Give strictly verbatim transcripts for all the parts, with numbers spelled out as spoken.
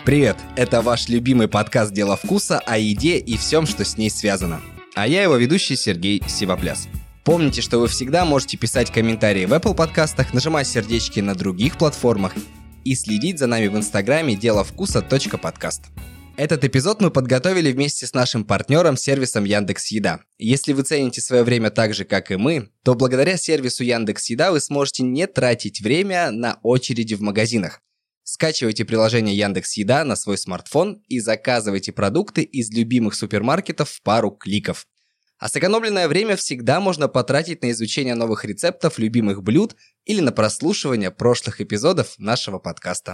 Привет, это ваш любимый подкаст «Дело вкуса» о еде и всем, что с ней связано. А я его ведущий Сергей Сивопляс. Помните, что вы всегда можете писать комментарии в Apple подкастах, нажимать сердечки на других платформах и следить за нами в инстаграме дело вкуса точка подкаст. Этот эпизод мы подготовили вместе с нашим партнером сервисом Яндекс.Еда. Если вы цените свое время так же, как и мы, то благодаря сервису Яндекс.Еда вы сможете не тратить время на очереди в магазинах. Скачивайте приложение Яндекс.Еда на свой смартфон и заказывайте продукты из любимых супермаркетов в пару кликов. А сэкономленное время всегда можно потратить на изучение новых рецептов любимых блюд или на прослушивание прошлых эпизодов нашего подкаста.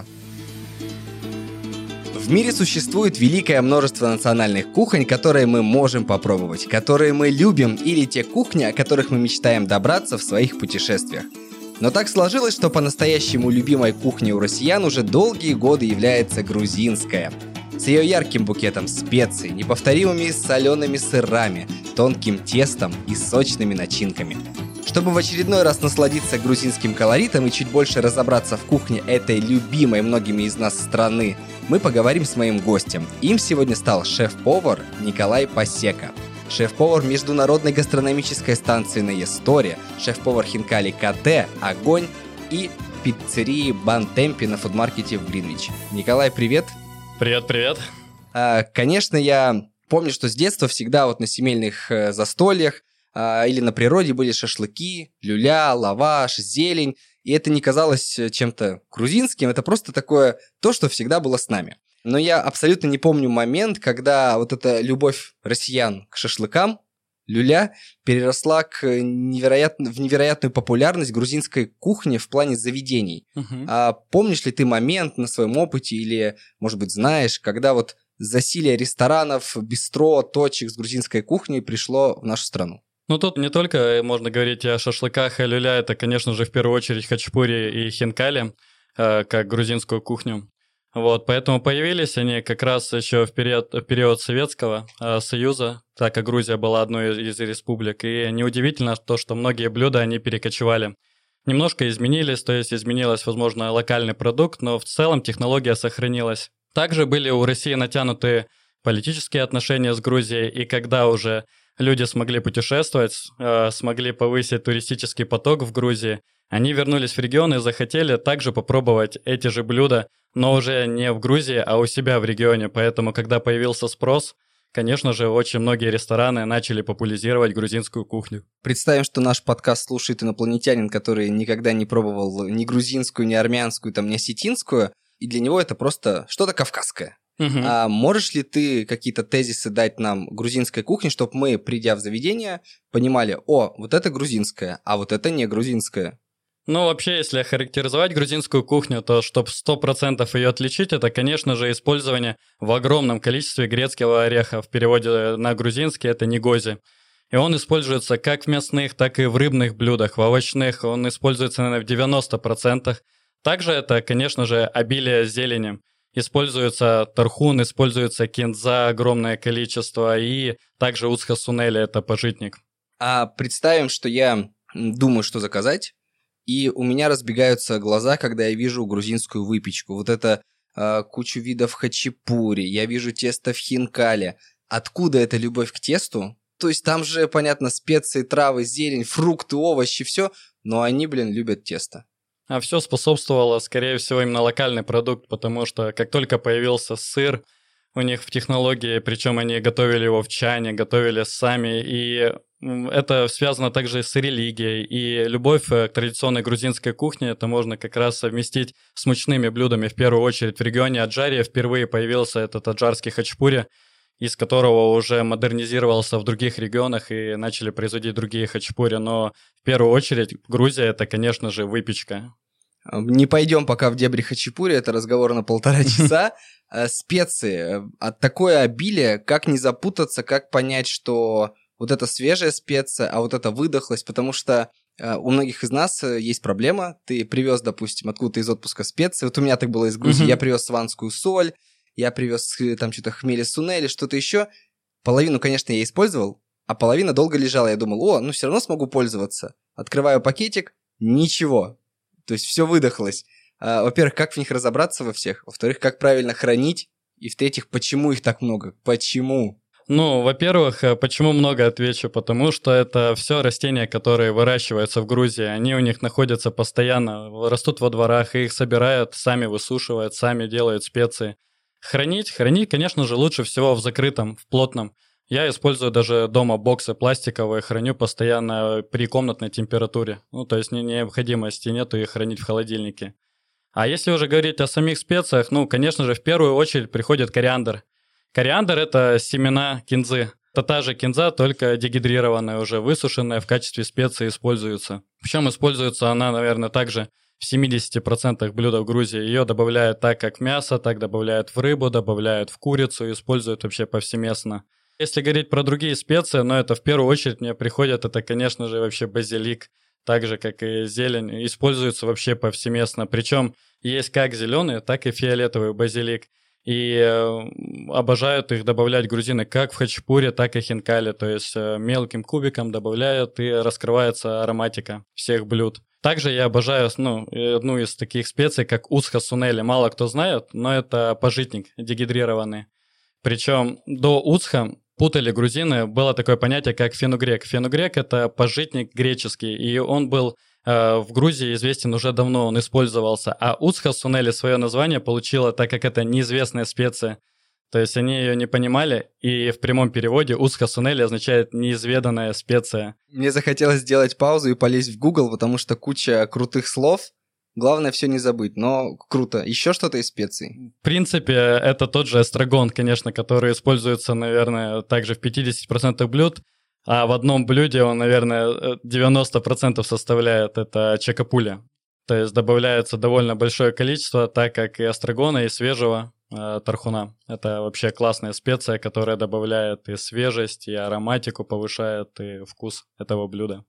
В мире существует великое множество национальных кухонь, которые мы можем попробовать, которые мы любим, или те кухни, о которых мы мечтаем добраться в своих путешествиях. Но так сложилось, что по-настоящему любимой кухней у россиян уже долгие годы является грузинская. С ее ярким букетом специй, неповторимыми солеными сырами, тонким тестом и сочными начинками. Чтобы в очередной раз насладиться грузинским колоритом и чуть больше разобраться в кухне этой любимой многими из нас страны, мы поговорим с моим гостем. Им сегодня стал шеф-повар Николай Пасека. Шеф-повар международной гастрономической станции на Есторе, шеф-повар Хинкали КТ «Огонь» и пиццерии Бантемпи на фудмаркете в Гринвич. Николай, привет! Привет-привет! А, конечно, я помню, что с детства всегда вот на семейных э, застольях а, или на природе были шашлыки, люля, лаваш, зелень, и это не казалось чем-то грузинским, это просто такое то, что всегда было с нами. Но я абсолютно не помню момент, когда вот эта любовь россиян к шашлыкам, люля, переросла к невероятно, в невероятную популярность грузинской кухни в плане заведений. Uh-huh. А помнишь ли ты момент на своем опыте или, может быть, знаешь, когда вот засилие ресторанов, бистро, точек с грузинской кухней пришло в нашу страну? Ну, тут не только можно говорить о шашлыках и люля, это, конечно же, в первую очередь хачапури и хинкали, э, как грузинскую кухню. Вот, поэтому появились они как раз еще в период, в период Советского э, Союза, так как Грузия была одной из, из республик, и неудивительно то, что многие блюда они перекочевали. Немножко изменились, то есть изменилось, возможно, локальный продукт, но в целом технология сохранилась. Также были у России натянуты политические отношения с Грузией, и когда уже люди смогли путешествовать, э, смогли повысить туристический поток в Грузии, они вернулись в регион и захотели также попробовать эти же блюда, но уже не в Грузии, а у себя в регионе. Поэтому, когда появился спрос, конечно же, очень многие рестораны начали популяризировать грузинскую кухню. Представим, что наш подкаст слушает инопланетянин, который никогда не пробовал ни грузинскую, ни армянскую, там, ни осетинскую, и для него это просто что-то кавказское. Uh-huh. А можешь ли ты какие-то тезисы дать нам грузинской кухни, чтобы мы, придя в заведение, понимали, о, вот это грузинское, а вот это не грузинское? Ну, вообще, если характеризовать грузинскую кухню, то чтобы сто процентов ее отличить, это, конечно же, использование в огромном количестве грецкого ореха. В переводе на грузинский это негози. И он используется как в мясных, так и в рыбных блюдах, в овощных. Он используется, наверное, в девяносто процентов. Также это, конечно же, обилие зелени. Используется тархун, используется кинза, огромное количество, и также уцха-сунели, это пажитник. А представим, что я думаю, что заказать, и у меня разбегаются глаза, когда я вижу грузинскую выпечку. Вот это э, кучу видов хачапури, я вижу тесто в хинкале. Откуда эта любовь к тесту? То есть там же, понятно, специи, травы, зелень, фрукты, овощи, все, но они, блин, любят тесто. А все способствовало, скорее всего, именно локальный продукт, потому что как только появился сыр у них в технологии, причем они готовили его в чане, готовили сами, и это связано также с религией, и любовь к традиционной грузинской кухне это можно как раз совместить с мучными блюдами. В первую очередь в регионе Аджария впервые появился этот аджарский хачапури, из которого уже модернизировался в других регионах и начали производить другие хачапури, но в первую очередь Грузия это, конечно же, выпечка. Не пойдем пока в дебри хачапури, это разговор на полтора часа. Специи, такое обилие, как не запутаться, как понять, что вот это свежая специя, а вот это выдохлась, потому что у многих из нас есть проблема. Ты привез, допустим, откуда-то из отпуска специи. Вот у меня так было из Грузии. Mm-hmm. Я привез сванскую соль, я привез там что-то хмели-сунели, что-то еще. Половину, конечно, я использовал, а половина долго лежала. Я думал, о, ну все равно смогу пользоваться. Открываю пакетик, ничего. То есть все выдохлось. А, во-первых, как в них разобраться во всех? Во-вторых, как правильно хранить? И в-третьих, почему их так много? Почему? Ну, во-первых, почему много отвечу? Потому что это все растения, которые выращиваются в Грузии. Они у них находятся постоянно, растут во дворах, и их собирают, сами высушивают, сами делают специи. Хранить? Хранить, конечно же, лучше всего в закрытом, в плотном. Я использую даже дома боксы пластиковые, храню постоянно при комнатной температуре. Ну, то есть необходимости нету их хранить в холодильнике. А если уже говорить о самих специях, ну, конечно же, в первую очередь приходит кориандр. Кориандр – это семена кинзы. Это та же кинза, только дегидрированная, уже высушенная, в качестве специи используется. Причем используется она, наверное, также в семьдесят процентов блюд в Грузии. Ее добавляют так, как в мясо, так добавляют в рыбу, добавляют в курицу, используют вообще повсеместно. Если говорить про другие специи, но это в первую очередь мне приходят, это, конечно же, вообще базилик. Так же, как и зелень, используется вообще повсеместно. Причем есть как зеленый, так и фиолетовый базилик. И э, обожают их добавлять грузины как в хачапури, так и хинкали. То есть э, мелким кубиком добавляют, и раскрывается ароматика всех блюд. Также я обожаю ну, одну из таких специй, как усха сунели. Мало кто знает, но это пажитник дегидрированный. Причем до усха путали грузины, было такое понятие, как фенугрек. Фенугрек – это пажитник греческий, и он был э, в Грузии известен уже давно, он использовался. А усха сунели свое название получила, так как это неизвестная специя. То есть они ее не понимали, и в прямом переводе усха сунели означает «неизведанная специя». Мне захотелось сделать паузу и полезть в Google, потому что куча крутых слов. Главное все не забыть, но круто. Еще что-то из специй? В принципе, это тот же эстрагон, конечно, который используется, наверное, также в пятьдесят процентов блюд, а в одном блюде он, наверное, девяносто процентов составляет, это чакапуля. То есть добавляется довольно большое количество, так как и эстрагона, и свежего э, тархуна. Это вообще классная специя, которая добавляет и свежесть, и ароматику повышает, и вкус этого блюда.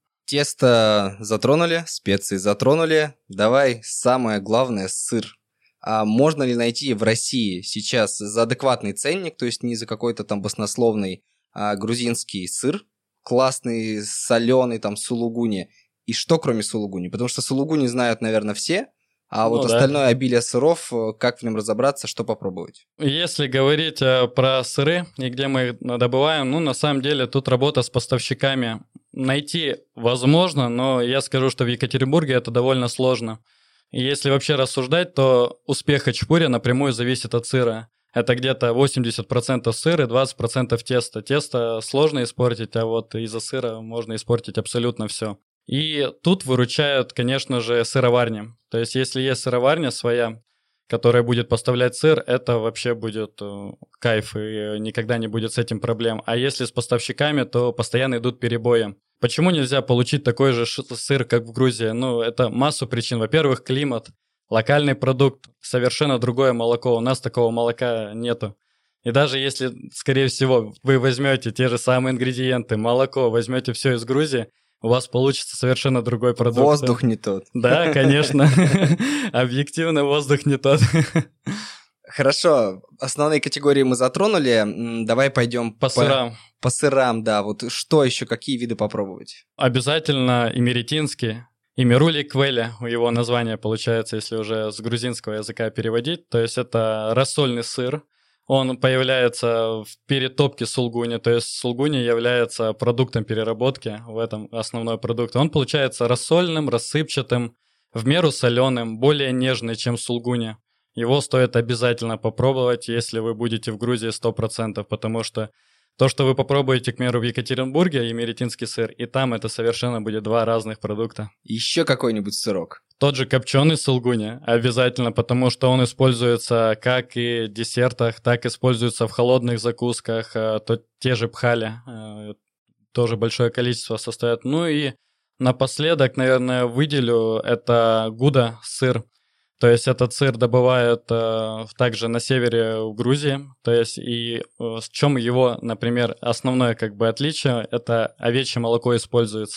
Тесто затронули, специи затронули. Давай самое главное – сыр. А можно ли найти в России сейчас за адекватный ценник, то есть не за какой-то там баснословный, а грузинский сыр, классный, соленый, там, сулугуни? И что кроме сулугуни? Потому что сулугуни знают, наверное, все, а ну, вот да. Остальное обилие сыров, как в нем разобраться, что попробовать? Если говорить э, про сыры и где мы их добываем, ну, на самом деле, тут работа с поставщиками. Найти возможно, но я скажу, что в Екатеринбурге это довольно сложно. И если вообще рассуждать, то успех хачапури напрямую зависит от сыра. Это где-то восемьдесят процентов сыр и двадцать процентов теста. Тесто сложно испортить, а вот из-за сыра можно испортить абсолютно все. И тут выручают, конечно же, сыроварни. То есть если есть сыроварня своя, которая будет поставлять сыр, это вообще будет э, кайф, и никогда не будет с этим проблем. А если с поставщиками, то постоянно идут перебои. Почему нельзя получить такой же сыр, как в Грузии? Ну, это массу причин. Во-первых, климат, локальный продукт, совершенно другое молоко. У нас такого молока нету. И даже если, скорее всего, вы возьмете те же самые ингредиенты, молоко, возьмете все из Грузии, у вас получится совершенно другой продукт. Воздух не тот. Да, конечно. Объективно воздух не тот. Хорошо, основные категории мы затронули. Давай пойдем по, по сырам. По сырам, да. Вот что еще, какие виды попробовать? Обязательно имеретинский. Имирули квеля, его название получается, если уже с грузинского языка переводить. То есть это рассольный сыр. Он появляется в перетопке сулгуни, то есть сулгуни является продуктом переработки, в этом основной продукт. Он получается рассольным, рассыпчатым, в меру соленым, более нежный, чем сулгуни. Его стоит обязательно попробовать, если вы будете в Грузии сто процентов, потому что то, что вы попробуете, к примеру, в Екатеринбурге, имеретинский сыр, и там это совершенно будет два разных продукта. Еще какой-нибудь сырок? Тот же копченый сулгуни обязательно, потому что он используется как и в десертах, так и используется в холодных закусках, то те же пхали, тоже большое количество состоят. Ну и напоследок, наверное, выделю, это гуда сыр. То есть этот сыр добывают э, также на севере в Грузии. То есть и э, в чем его, например, основное как бы отличие, это овечье молоко используется.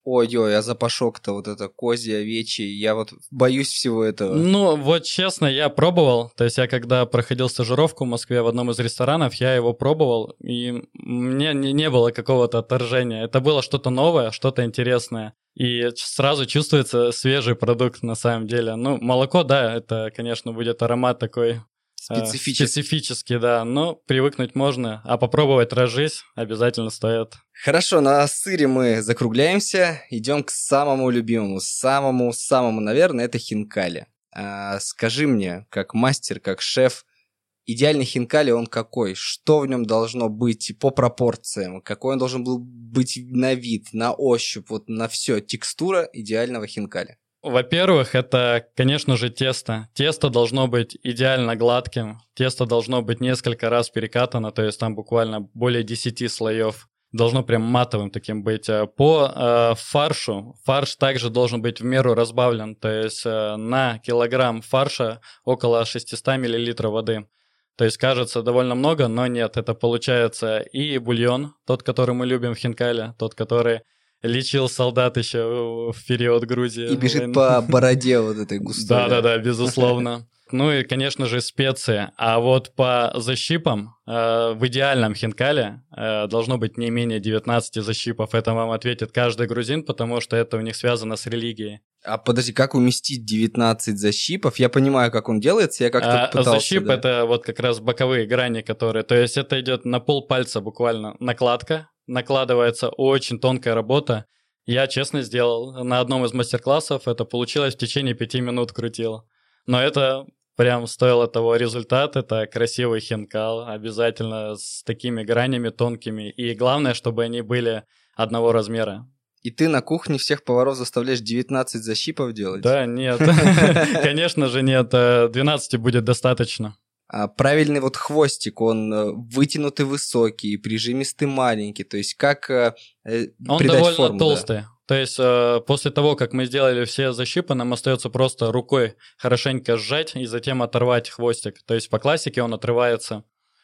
Ой-ой, а запашок-то вот это козий, овечий, я вот боюсь всего этого. Ну, вот честно, я пробовал, то есть я когда проходил стажировку в Москве в одном из ресторанов, я его пробовал, и мне не, не было какого-то отторжения. Это было что-то новое, что-то интересное, и сразу чувствуется свежий продукт на самом деле. Ну, молоко, да, это, конечно, будет аромат такой... Специфический. Специфически, да, но привыкнуть можно, а попробовать разжись обязательно стоит. Хорошо, на сыре мы закругляемся, идем к самому любимому, самому-самому, наверное, это хинкали. А, скажи мне, как мастер, как шеф, идеальный хинкали он какой? Что в нем должно быть по пропорциям? Какой он должен был быть на вид, на ощупь, вот на все, текстура идеального хинкали? Во-первых, это, конечно же, тесто. Тесто должно быть идеально гладким, тесто должно быть несколько раз перекатано, то есть там буквально более десяти слоев. Должно прям матовым таким быть. По э, фаршу, фарш также должен быть в меру разбавлен, то есть э, на килограмм фарша около шестьсот миллилитров воды. То есть кажется довольно много, но нет, это получается и бульон, тот, который мы любим в хинкали, тот, который... лечил солдат еще в период Грузии. И бежит по бороде вот этой густой. Да-да-да, безусловно. Ну и, конечно же, специи. А вот по защипам э, в идеальном хинкале э, должно быть не менее девятнадцати защипов. Это вам ответит каждый грузин, потому что это у них связано с религией. А подожди, как уместить девятнадцать защипов? Я понимаю, как он делается, я как-то а, пытался. Защип да. это вот как раз боковые грани, которые... То есть это идет на полпальца буквально накладка. Накладывается очень тонкая работа. Я честно сделал на одном из мастер-классов, это получилось в течение пяти минут крутил. Но это прям стоило того результат, это красивый хинкал, обязательно с такими гранями тонкими. И главное, чтобы они были одного размера. И ты на кухне всех поваров заставляешь девятнадцать защипов делать? Да, нет. Конечно же нет, двенадцати будет достаточно. А правильный вот хвостик, он вытянутый высокий, прижимистый маленький, то есть как э, он придать довольно форму, толстый. Да? То есть э, после того, как мы сделали все защипы, нам остается просто рукой хорошенько сжать и затем оторвать хвостик. То есть по классике он отрывается.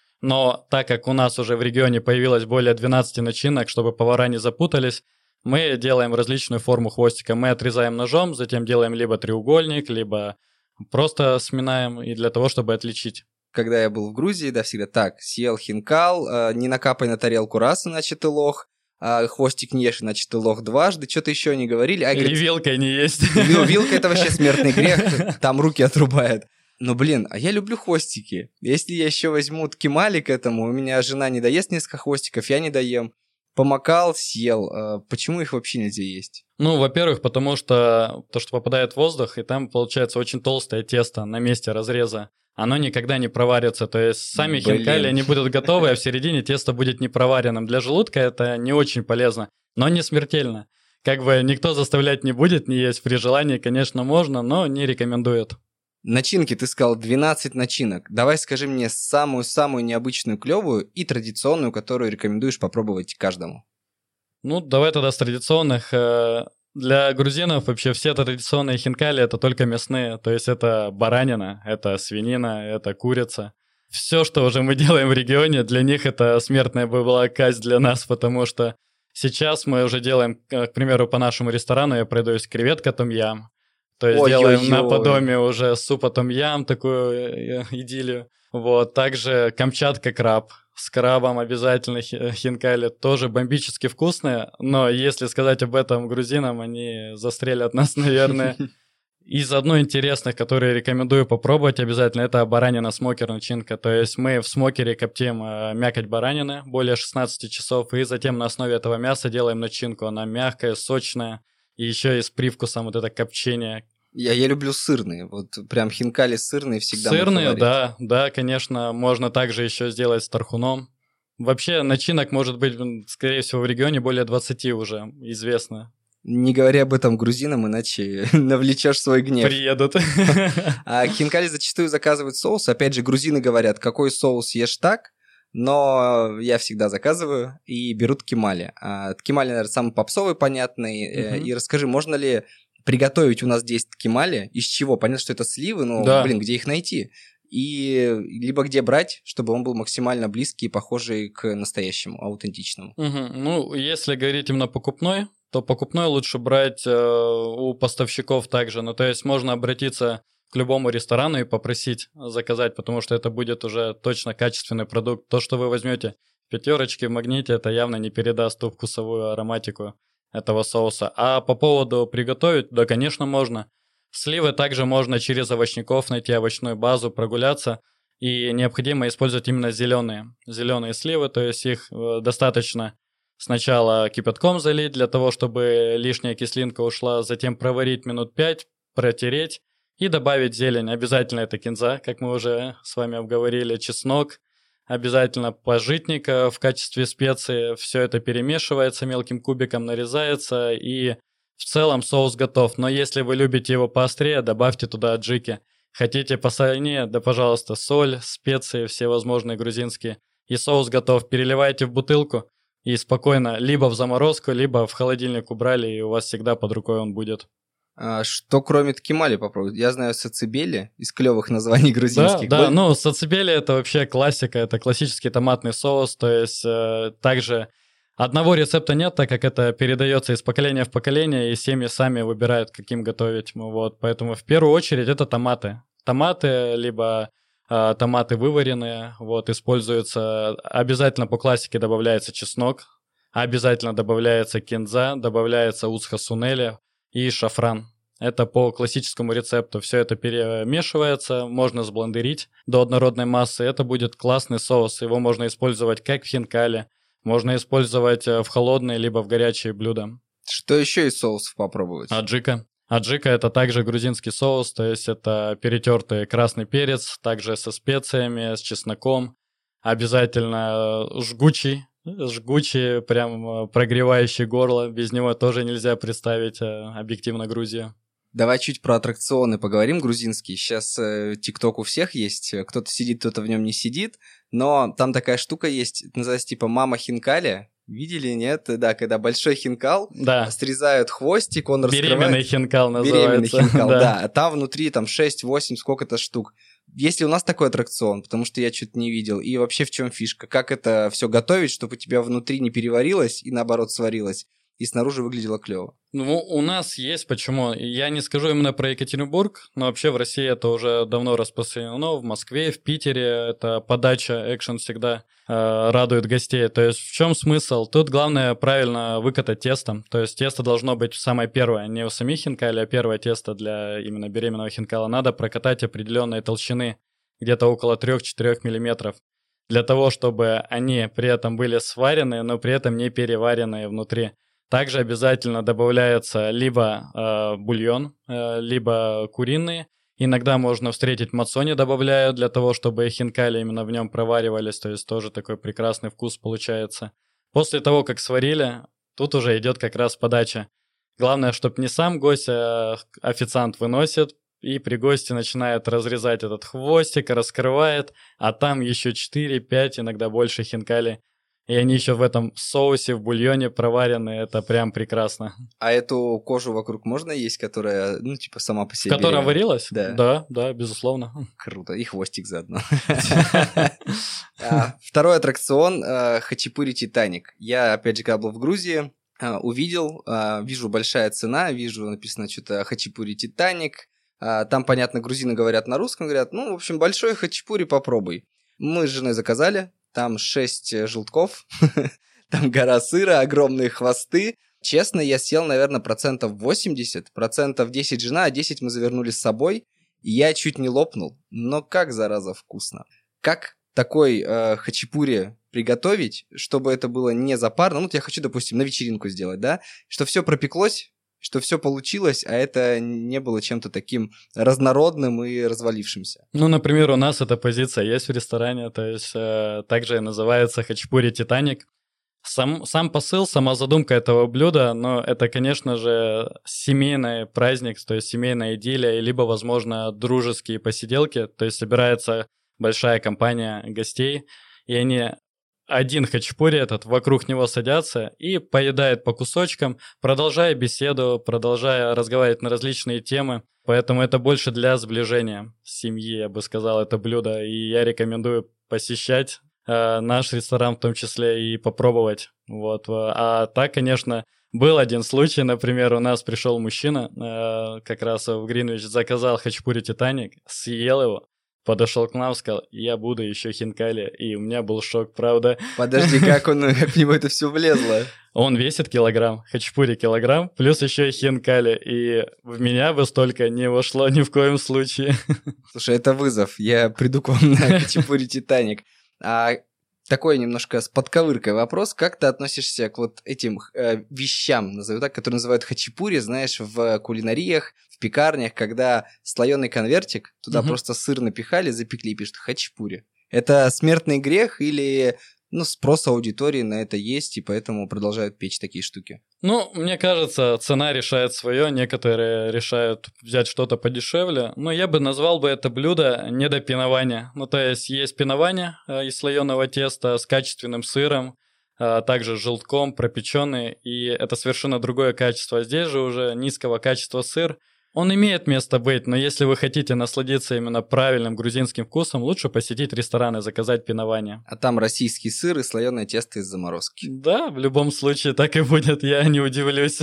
Но так как у нас уже в регионе появилось более двенадцати начинок, чтобы повара не запутались, мы делаем различную форму хвостика. Мы отрезаем ножом, затем делаем либо треугольник, либо просто сминаем, и для того, чтобы отличить. Когда я был в Грузии, да, всегда так, съел хинкал, э, не накапай на тарелку раз, иначе ты лох, а хвостик не ешь, иначе ты лох дважды, что-то еще не говорили. А, и говорит, вилкой не есть. Вилка — это вообще смертный грех, там руки отрубает. Но, блин, а я люблю хвостики. Если я еще возьму ткемали к этому, у меня жена не доест несколько хвостиков, я не доем. Помакал, съел. Почему их вообще нельзя есть? Ну, во-первых, потому что то, что попадает в воздух, и там получается очень толстое тесто на месте разреза. Оно никогда не проварится. То есть сами Блин. хинкали, они будут готовы, а в середине тесто будет не проваренным. Для желудка это не очень полезно, но не смертельно. Как бы никто заставлять не будет, не есть. При желании, конечно, можно, но не рекомендуют. Начинки, ты сказал двенадцать начинок. Давай скажи мне самую-самую необычную, клевую и традиционную, которую рекомендуешь попробовать каждому. Ну, давай тогда с традиционных. Для грузинов вообще все традиционные хинкали это только мясные. То есть это баранина, это свинина, это курица. Все, что уже мы делаем в регионе, для них это смертная была казнь для нас, потому что сейчас мы уже делаем, к примеру, по нашему ресторану я продаюсь креветка том-ям. То есть Ой-ой-ой. делаем наподобие уже супа том-ям, такую идиллию. Вот, также Камчатка краб. С крабом обязательно хинкали. Тоже бомбически вкусные, но если сказать об этом грузинам, они застрелят нас, наверное. Из одной интересных, которые рекомендую попробовать обязательно, это баранина-смокер начинка. То есть мы в смокере коптим э, мякоть баранины более шестнадцати часов, и затем на основе этого мяса делаем начинку. Она мягкая, сочная, и еще и с привкусом вот это копчение. Я, я люблю сырные, вот прям хинкали сырные всегда. Сырные, да, да, конечно, можно также еще сделать с тархуном. Вообще начинок может быть, скорее всего, в регионе более двадцати уже известно. Не говори об этом грузинам, иначе навлечешь свой гнев. Приедут. А хинкали зачастую заказывают соус. Опять же, грузины говорят, какой соус ешь так, но я всегда заказываю и беру ткемали. А ткемали, наверное, самый попсовый, понятный. Uh-huh. И расскажи, можно ли приготовить у нас здесь ткемали? Из чего? Понятно, что это сливы, но, да. блин, где их найти? И либо где брать, чтобы он был максимально близкий и похожий к настоящему, аутентичному. Угу. Ну, если говорить именно покупной, то покупной лучше брать э, у поставщиков также. Ну, то есть можно обратиться к любому ресторану и попросить заказать, потому что это будет уже точно качественный продукт. То, что вы возьмете в пятерочке, в магните, это явно не передаст ту вкусовую ароматику этого соуса. А по поводу приготовить, да, конечно, можно. Сливы также можно через овощников найти овощную базу, прогуляться. И необходимо использовать именно зеленые, зеленые сливы, то есть их достаточно сначала кипятком залить для того, чтобы лишняя кислинка ушла, затем проварить минут пять, протереть и добавить зелень. Обязательно это кинза, как мы уже с вами обговорили, чеснок, обязательно пажитник в качестве специи. Все это перемешивается, мелким кубиком нарезается, и в целом соус готов. Но если вы любите его поострее, добавьте туда аджики. Хотите посольнее, да пожалуйста, соль, специи всевозможные грузинские. И соус готов. Переливайте в бутылку и спокойно либо в заморозку, либо в холодильник убрали, и у вас всегда под рукой он будет. А что кроме ткемали попробовать? Я знаю сацебели из клевых названий грузинских. Да, да, ну сацебели это вообще классика, это классический томатный соус, то есть э, также одного рецепта нет, так как это передается из поколения в поколение, и семьи сами выбирают, каким готовить. Вот, поэтому в первую очередь это томаты. Томаты, либо э, томаты вываренные, вот, используются, обязательно по классике добавляется чеснок, обязательно добавляется кинза, добавляется уцха-сунели и шафран. Это по классическому рецепту. Все это перемешивается, можно сблендерить до однородной массы. Это будет классный соус. Его можно использовать как в хинкали, можно использовать в холодные, либо в горячие блюда. Что еще из соусов попробовать? Аджика. Аджика — это также грузинский соус, то есть это перетертый красный перец, также со специями, с чесноком. Обязательно жгучий, жгучий, прям прогревающий горло. Без него тоже нельзя представить объективно Грузию. Давай чуть про аттракционы поговорим грузинские. Сейчас ТикТок э, у всех есть, кто-то сидит, кто-то в нем не сидит, но там такая штука есть, называется типа «Мама Хинкали». Видели, нет? Да, когда большой хинкал, да. Срезают хвостик, он раскрывает. Беременный хинкал называется. Беременный хинкал, да. да. А там внутри там шесть-восемь, сколько-то штук. Есть ли у нас такой аттракцион? Потому что я что-то не видел. И вообще в чем фишка? Как это все готовить, чтобы у тебя внутри не переварилось и наоборот сварилось? И снаружи выглядело клево. Ну, у нас есть, почему? Я не скажу именно про Екатеринбург, но вообще в России это уже давно распространено. В Москве, в Питере это подача, экшен всегда э, радует гостей. То есть в чем смысл? Тут главное правильно выкатать тесто. То есть тесто должно быть самое первое, не у самих хинкали, а первое тесто для именно беременного хинкала. Надо прокатать определенной толщины, где-то около три-четыре миллиметров, для того, чтобы они при этом были сварены, но при этом не переваренные внутри. Также обязательно добавляется либо э, бульон, э, либо куриные. Иногда можно встретить мацони добавляют для того, чтобы хинкали именно в нем проваривались. То есть тоже такой прекрасный вкус получается. После того, как сварили, тут уже идет как раз подача. Главное, чтобы не сам гость, а официант выносит. И при гости начинает разрезать этот хвостик, раскрывает. А там еще четыре-пять, иногда больше хинкали. И они еще в этом соусе, в бульоне проварены, это прям прекрасно. А эту кожу вокруг можно есть, которая, ну, типа, сама по себе? Которая варилась? Да. Да, да, безусловно. Круто, и хвостик заодно. Второй аттракцион — хачапури Титаник. Я, опять же, когда был в Грузии, увидел, вижу большая цена, вижу написано что-то хачапури Титаник. Там, понятно, грузины говорят на русском, говорят, ну, в общем, большой хачапури попробуй. Мы с женой заказали. Там шесть желтков, там гора сыра, огромные хвосты. Честно, я съел, наверное, процентов восемьдесят, процентов десять жена, а десять мы завернули с собой. И я чуть не лопнул. Но как, зараза, вкусно. Как такой э, хачапури приготовить, чтобы это было не запарно? Ну, вот я хочу, допустим, на вечеринку сделать, да? Что все пропеклось, что все получилось, а это не было чем-то таким разнородным и развалившимся. Ну, например, у нас эта позиция есть в ресторане, то есть э, также называется хачапури Титаник. Сам, сам посыл, сама задумка этого блюда, но это, конечно же, семейный праздник, то есть семейная идиллия, либо, возможно, дружеские посиделки, то есть собирается большая компания гостей, и они... Один хачапури этот, вокруг него садятся и поедают по кусочкам, продолжая беседу, продолжая разговаривать на различные темы. Поэтому это больше для сближения семьи, я бы сказал, это блюдо. И я рекомендую посещать э, наш ресторан в том числе и попробовать. Вот. А так, конечно, Был один случай, например, у нас пришел мужчина, э, как раз в Гринвич, заказал хачапури Титаник, съел его, подошел к нам, сказал, я буду еще хинкали, и у меня был шок, правда. Подожди, как он, как к нему это все влезло? Он весит килограмм, хачапури килограмм, плюс еще и хинкали, и в меня бы столько не вошло ни в коем случае. Слушай, это вызов, я приду к вам на хачапури Титаник. А такой немножко с подковыркой вопрос, как ты относишься к вот этим э, вещам, назову так, которые называют хачапури, знаешь, в кулинариях, в пекарнях, когда слоеный конвертик, туда угу. просто сыр напихали, запекли и пишут хачапури. Это смертный грех или... Ну, спрос аудитории на это есть, и поэтому продолжают печь такие штуки. Ну, мне кажется, цена решает свое. Некоторые решают взять что-то подешевле. Но я бы назвал бы это блюдо недопинование. Ну, то есть есть пинование из слоеного теста с качественным сыром, также желтком, пропеченный, и это совершенно другое качество. Здесь же уже низкого качества сыр. Он имеет место быть, но если вы хотите насладиться именно правильным грузинским вкусом, лучше посетить ресторан и заказать пинование. А там российский сыр и слоеное тесто из заморозки. Да, в любом случае так и будет, я не удивлюсь.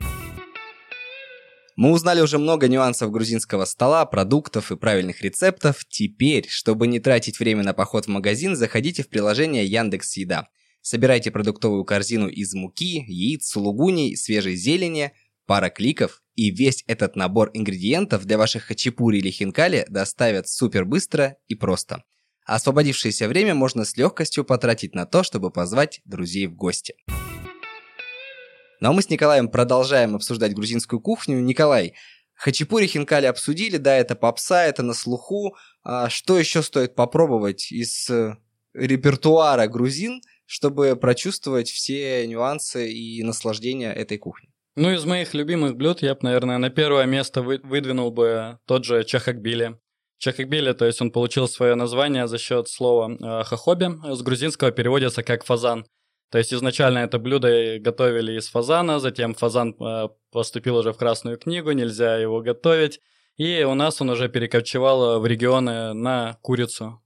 Мы узнали уже много нюансов грузинского стола, продуктов и правильных рецептов. Теперь, чтобы не тратить время на поход в магазин, заходите в приложение Яндекс.Еда. Собирайте продуктовую корзину из муки, яиц, сулугуни, свежей зелени, пара кликов, и весь этот набор ингредиентов для ваших хачапури или хинкали доставят супер быстро и просто. А освободившееся время можно с легкостью потратить на то, чтобы позвать друзей в гости. Ну а мы с Николаем продолжаем обсуждать грузинскую кухню. Николай, хачапури, хинкали обсудили, да, это попса, это на слуху. А что еще стоит попробовать из репертуара грузин, чтобы прочувствовать все нюансы и наслаждения этой кухни? Ну, из моих любимых блюд я бы, наверное, на первое место вы, выдвинул бы тот же чахакбили. Чахакбили, то есть он получил свое название за счет слова э, хахоби, с грузинского переводится как фазан. То есть изначально это блюдо готовили из фазана, затем фазан э, поступил уже в Красную книгу, нельзя его готовить, и у нас он уже перекочевал в регионы на курицу.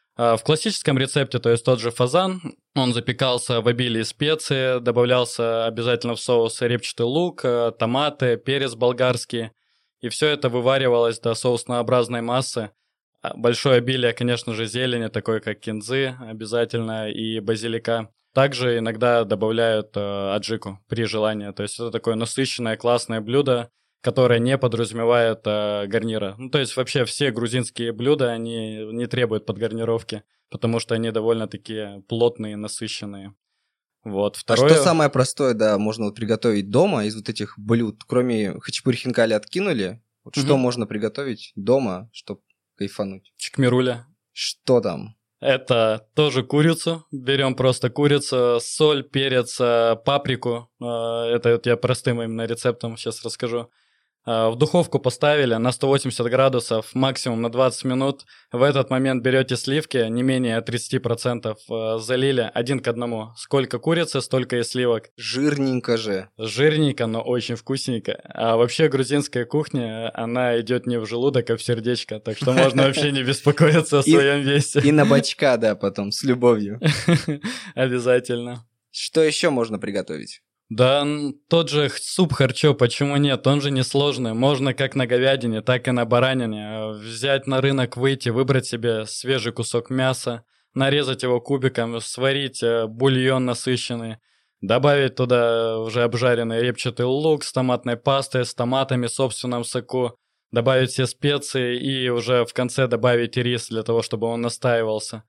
В классическом рецепте, то есть тот же фазан, он запекался в обилии специй, добавлялся обязательно в соус репчатый лук, томаты, перец болгарский, и все это вываривалось до соуснообразной массы. Большое обилие, конечно же, зелени, такой как кинзы обязательно, и базилика. Также иногда добавляют аджику при желании, то есть это такое насыщенное, классное блюдо, которое не подразумевает э, гарнира. Ну, то есть вообще все грузинские блюда, они не требуют подгарнировки, потому что они довольно такие плотные, насыщенные. Вот. Второе... А что самое простое, да, можно вот приготовить дома из вот этих блюд? Кроме хачапури, хинкали откинули, вот угу. Что можно приготовить дома, чтобы кайфануть? Чикмируля. Что там? Это тоже курицу. Берем просто курицу, соль, перец, паприку. Это вот я простым именно рецептом сейчас расскажу. В духовку поставили на сто восемьдесят градусов, максимум на двадцать минут. В этот момент берете сливки, не менее тридцать процентов, залили один к одному. Сколько курицы, столько и сливок. Жирненько же. Жирненько, но очень вкусненько. А вообще грузинская кухня, она идет не в желудок, а в сердечко. Так что можно вообще не беспокоиться о своем весе. И на бочка, да, потом, с любовью. Обязательно. Что еще можно приготовить? Да, тот же суп харчо, почему нет? Он же несложный. Можно как на говядине, так и на баранине. Взять на рынок, выйти, выбрать себе свежий кусок мяса, нарезать его кубиком, сварить бульон насыщенный, добавить туда уже обжаренный репчатый лук с томатной пастой, с томатами в собственном соку, добавить все специи и уже в конце добавить рис для того, чтобы он настаивался.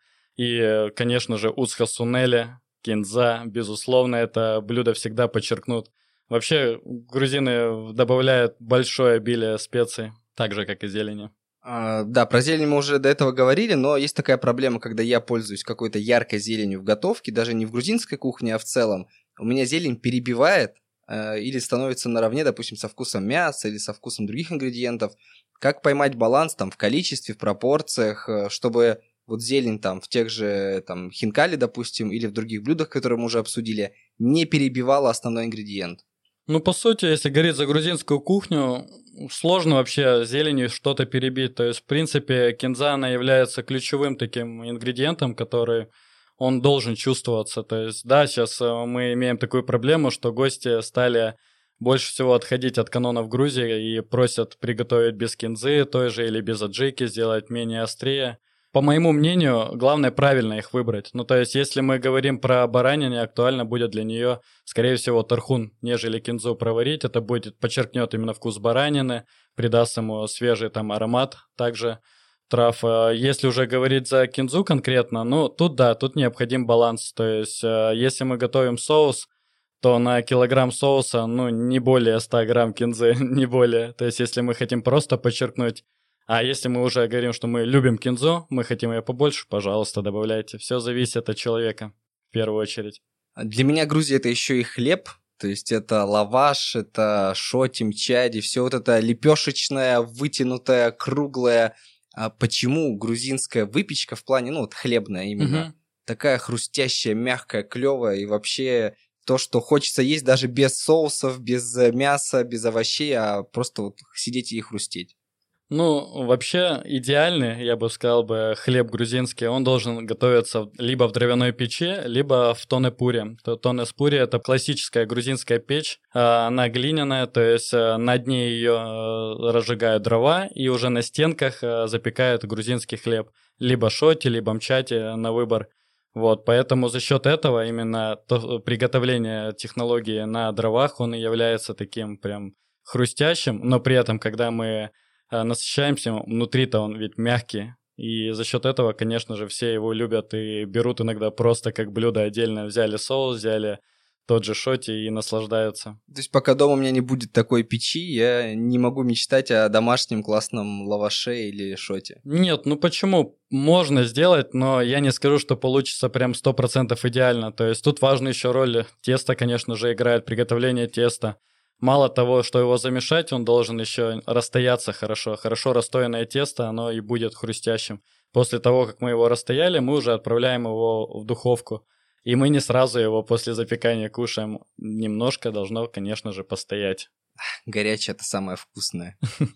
И, конечно же, уцха сунели. Кинза, безусловно, это блюдо всегда подчеркнут. Вообще, грузины добавляют большое обилие специй, так же, как и зелени. А, да, про зелень мы уже до этого говорили, но есть такая проблема, когда я пользуюсь какой-то яркой зеленью в готовке, даже не в грузинской кухне, а в целом. У меня зелень перебивает э, или становится наравне, допустим, со вкусом мяса или со вкусом других ингредиентов. Как поймать баланс там в количестве, в пропорциях, э, чтобы... Вот зелень там в тех же там хинкали, допустим, или в других блюдах, которые мы уже обсудили, не перебивала основной ингредиент. Ну, по сути, если говорить за грузинскую кухню, сложно вообще зеленью что-то перебить. То есть, в принципе, кинза, она является ключевым таким ингредиентом, который он должен чувствоваться. То есть, да, сейчас мы имеем такую проблему, что гости стали больше всего отходить от канонов Грузии и просят приготовить без кинзы той же или без аджики, сделать менее острее. По моему мнению, главное правильно их выбрать. Ну, то есть, если мы говорим про баранину, актуально будет для нее, скорее всего, тархун, нежели кинзу проварить. Это будет, подчеркнет именно вкус баранины, придаст ему свежий там аромат также трав. Если уже говорить за кинзу конкретно, ну, тут да, тут необходим баланс. То есть, если мы готовим соус, то на килограмм соуса, ну, не более ста грамм кинзы, не более. То есть, если мы хотим просто подчеркнуть. А если мы уже говорим, что мы любим кинзу, мы хотим ее побольше, пожалуйста, добавляйте. Все зависит от человека, в первую очередь. Для меня Грузия — это еще и хлеб. То есть это лаваш, это шоти, мчади, все вот это лепешечное, вытянутое, круглое. А почему грузинская выпечка в плане, ну, вот хлебная именно, угу. такая хрустящая, мягкая, клевая и вообще... То, что хочется есть даже без соусов, без мяса, без овощей, а просто вот сидеть и хрустеть. Ну, вообще идеальный, я бы сказал бы, хлеб грузинский, он должен готовиться либо в дровяной печи, либо в тонепуре. Тонес-пури — это классическая грузинская печь, она глиняная, то есть на дне ее разжигают дрова и уже на стенках запекают грузинский хлеб. Либо шоти, либо мчати на выбор. Вот, поэтому за счет этого именно то, приготовление технологии на дровах, он и является таким прям хрустящим, но при этом, когда мы а, насыщаемся, внутри-то он ведь мягкий, и за счет этого, конечно же, все его любят и берут иногда просто как блюдо отдельно, взяли соус, взяли тот же шоти и наслаждаются. То есть пока дома у меня не будет такой печи, я не могу мечтать о домашнем классном лаваше или шоте. Нет, ну почему? Можно сделать, но я не скажу, что получится прям сто процентов идеально. То есть тут важна еще роль теста, конечно же, играет, приготовление теста. Мало того, что его замешать, он должен еще расстояться хорошо. Хорошо расстоянное тесто, оно и будет хрустящим. После того, как мы его расстояли, мы уже отправляем его в духовку. И мы не сразу его после запекания кушаем. Немножко должно, конечно же, постоять. Горячее — это самое вкусное.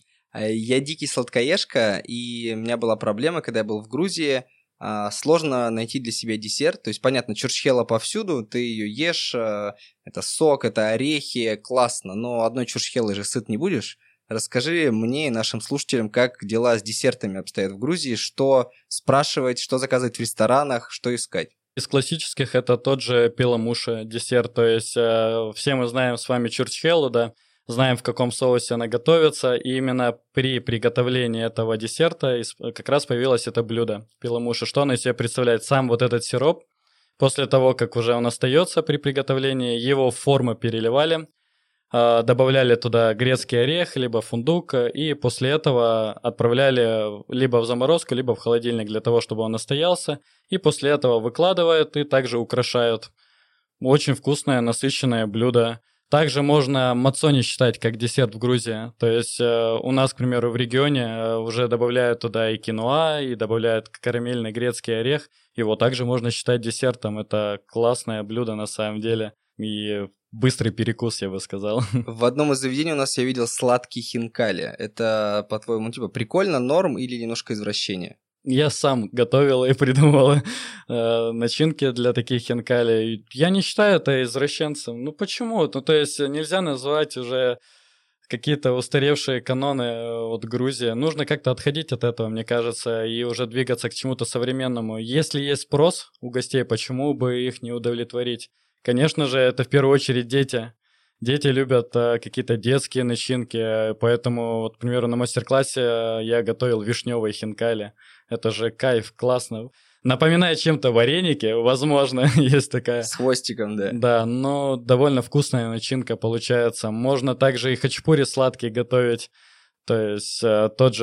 Я дикий сладкоежка, и у меня была проблема, когда я был в Грузии. Сложно найти для себя десерт. То есть, понятно, чурчхела повсюду, ты ее ешь, это сок, это орехи, классно. Но одной чурчхелой же сыт не будешь. Расскажи мне и нашим слушателям, как дела с десертами обстоят в Грузии, что спрашивать, что заказывать в ресторанах, что искать. Из классических это тот же пиламуши десерт, то есть э, все мы знаем с вами чурчхелу, да, знаем, в каком соусе она готовится, и именно при приготовлении этого десерта как раз появилось это блюдо пиламуши. Что оно из себя представляет? Сам вот этот сироп, после того, как уже он остается при приготовлении, его в форму переливали, добавляли туда грецкий орех, либо фундук, и после этого отправляли либо в заморозку, либо в холодильник для того, чтобы он настоялся, и после этого выкладывают и также украшают. Очень вкусное, насыщенное блюдо. Также можно мацони считать как десерт в Грузии. То есть у нас, к примеру, в регионе уже добавляют туда и киноа, и добавляют карамельный грецкий орех. Его также можно считать десертом. Это классное блюдо на самом деле. И быстрый перекус, я бы сказал. В одном из заведений у нас я видел сладкий хинкали. Это, по-твоему, типа прикольно, норм или немножко извращение? Я сам готовил и придумал э, начинки для таких хинкали. Я не считаю это извращенцем. Ну почему? Ну то есть нельзя назвать уже какие-то устаревшие каноны от Грузии. Нужно как-то отходить от этого, мне кажется, и уже двигаться к чему-то современному. Если есть спрос у гостей, почему бы их не удовлетворить? Конечно же, это в первую очередь дети. Дети любят а, какие-то детские начинки, поэтому, вот, к примеру, на мастер-классе я готовил вишневые хинкали. Это же кайф, классно. Напоминает чем-то вареники, возможно, есть такая. С хвостиком, да. Да, но довольно вкусная начинка получается. Можно также и хачапури сладкий готовить. То есть а, тот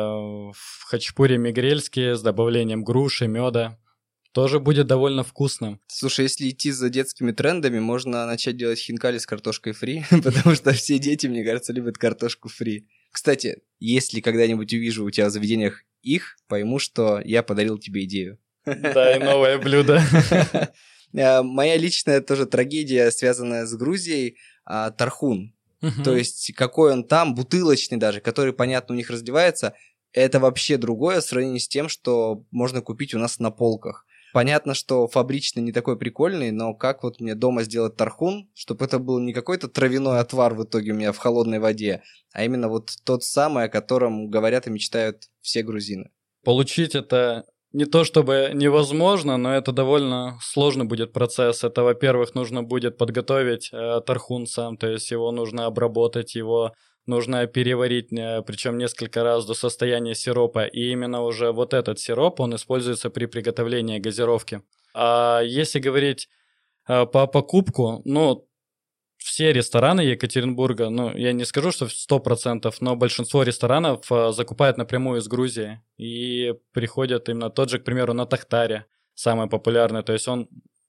же хачапури мигрельский с добавлением груши, меда. Тоже будет довольно вкусным. Слушай, если идти за детскими трендами, можно начать делать хинкали с картошкой фри, потому что все дети, мне кажется, любят картошку фри. Кстати, если когда-нибудь увижу у тебя в заведениях их, пойму, что я подарил тебе идею. Да, и новое блюдо. Моя личная тоже трагедия, связанная с Грузией, тархун. То есть какой он там, бутылочный даже, который, понятно, у них разливается, это вообще другое в сравнении с тем, что можно купить у нас на полках. Понятно, что фабричный не такой прикольный, но как вот мне дома сделать тархун, чтобы это был не какой-то травяной отвар в итоге у меня в холодной воде, а именно вот тот самый, о котором говорят и мечтают все грузины. Получить это не то чтобы невозможно, но это довольно сложный будет процесс. Это, во-первых, нужно будет подготовить э, тархун сам, то есть его нужно обработать, его нужно переварить, э, причем несколько раз до состояния сиропа. И именно уже вот этот сироп, он используется при приготовлении газировки. А если говорить э, по покупку, ну, все рестораны Екатеринбурга, ну, я не скажу, что сто процентов, но большинство ресторанов э, закупают напрямую из Грузии и приходят именно тот же, к примеру, на Тахтаре, самый популярный, то есть он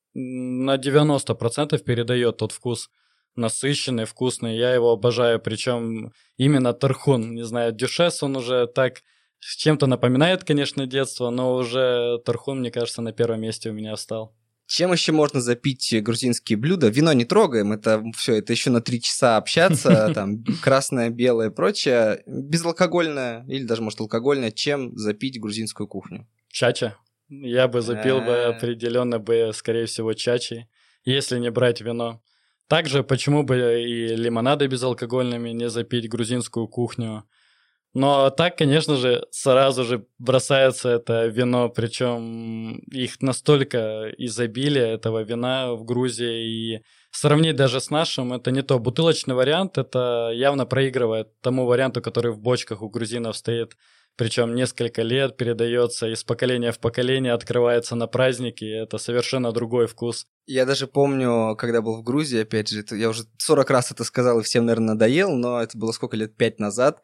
на девяносто процентов передает тот вкус, насыщенный, вкусный, я его обожаю, причем именно тархун, не знаю, дюшес, он уже так чем-то напоминает, конечно, детство, но уже тархун, мне кажется, на первом месте у меня встал. Чем еще можно запить грузинские блюда? Вино не трогаем, это все, это еще на три часа общаться, там, красное, белое и прочее. Безалкогольное, или даже, может, алкогольное. Чем запить грузинскую кухню? Чача. Я бы запил бы определенно бы, скорее всего, чачей, если не брать вино. Также, почему бы и лимонады безалкогольными не запить грузинскую кухню? Но так, конечно же, сразу же бросается это вино, причем их настолько изобилие этого вина в Грузии, и сравнить даже с нашим, это не то. Бутылочный вариант, это явно проигрывает тому варианту, который в бочках у грузинов стоит, причем несколько лет передается из поколения в поколение, открывается на праздники, и это совершенно другой вкус. Я даже помню, когда был в Грузии, опять же, я уже сорок раз это сказал и всем, наверное, надоел, но это было сколько лет, пять назад.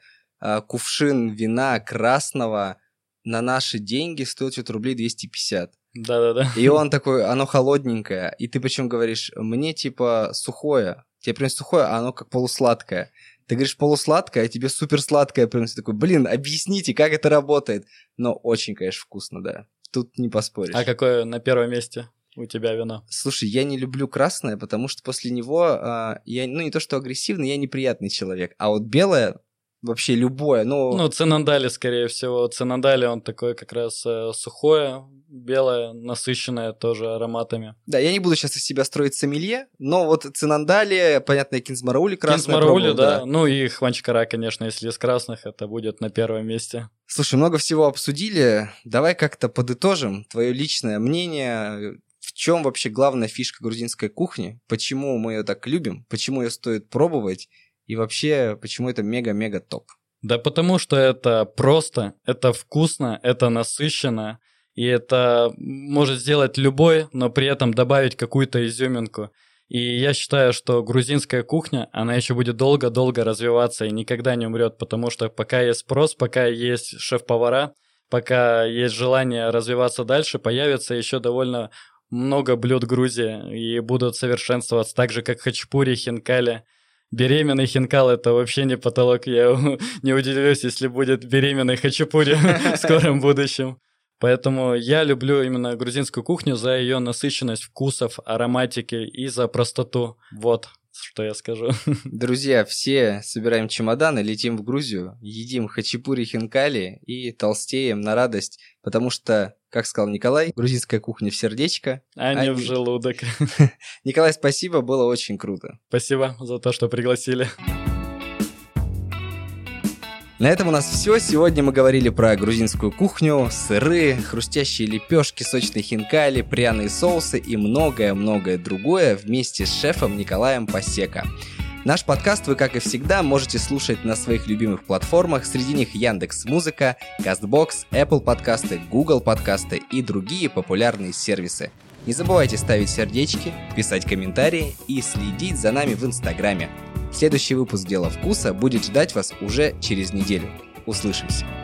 Кувшин вина красного на наши деньги стоит что-то рублей двести пятьдесят. Да-да-да. И он такой, оно холодненькое. И ты причем говоришь, мне типа сухое. Тебе приносят сухое, а оно как полусладкое. Ты говоришь полусладкое, а тебе суперсладкое приносят. Такой, блин, объясните, как это работает. Но очень, конечно, вкусно, да. Тут не поспоришь. А какое на первом месте у тебя вино? Слушай, я не люблю красное, потому что после него а, я, ну не то что агрессивный, я неприятный человек. А вот белое... Вообще любое, ну... Ну, цинандали, скорее всего. Цинандали, он такой как раз э, сухое, белое, насыщенное тоже ароматами. Да, я не буду сейчас из себя строить сомелье, но вот цинандали, понятно, кинзмараули красное. Кинзмараули, да. да. Ну и хванчкара, конечно, если из красных, это будет на первом месте. Слушай, много всего обсудили. Давай как-то подытожим твое личное мнение. В чем вообще главная фишка грузинской кухни? Почему мы ее так любим? Почему ее стоит пробовать? И вообще, почему это мега-мега топ? Да потому что это просто, это вкусно, это насыщенно, и это может сделать любой, но при этом добавить какую-то изюминку. И я считаю, что грузинская кухня, она еще будет долго-долго развиваться и никогда не умрет, потому что пока есть спрос, пока есть шеф-повара, пока есть желание развиваться дальше, появится еще довольно много блюд Грузии и будут совершенствоваться, так же как хачапури, хинкали. Беременный хинкал — это вообще не потолок. Я не удивлюсь, если будет беременный хачапури в скором будущем. Поэтому я люблю именно грузинскую кухню за ее насыщенность вкусов, ароматики и за простоту. Вот что я скажу. Друзья, все собираем чемоданы, летим в Грузию, едим хачапури, хинкали и толстеем на радость, потому что, как сказал Николай, грузинская кухня в сердечко, а, а не в желудок. Николай, спасибо, было очень круто. Спасибо за то, что пригласили. На этом у нас все. Сегодня мы говорили про грузинскую кухню, сыры, хрустящие лепешки, сочные хинкали, пряные соусы и многое-многое другое вместе с шефом Николаем Пасека. Наш подкаст вы, как и всегда, можете слушать на своих любимых платформах, среди них Яндекс.Музыка, Кастбокс, Apple подкасты, Google подкасты и другие популярные сервисы. Не забывайте ставить сердечки, писать комментарии и следить за нами в Инстаграме. Следующий выпуск «Дело вкуса» будет ждать вас уже через неделю. Услышимся!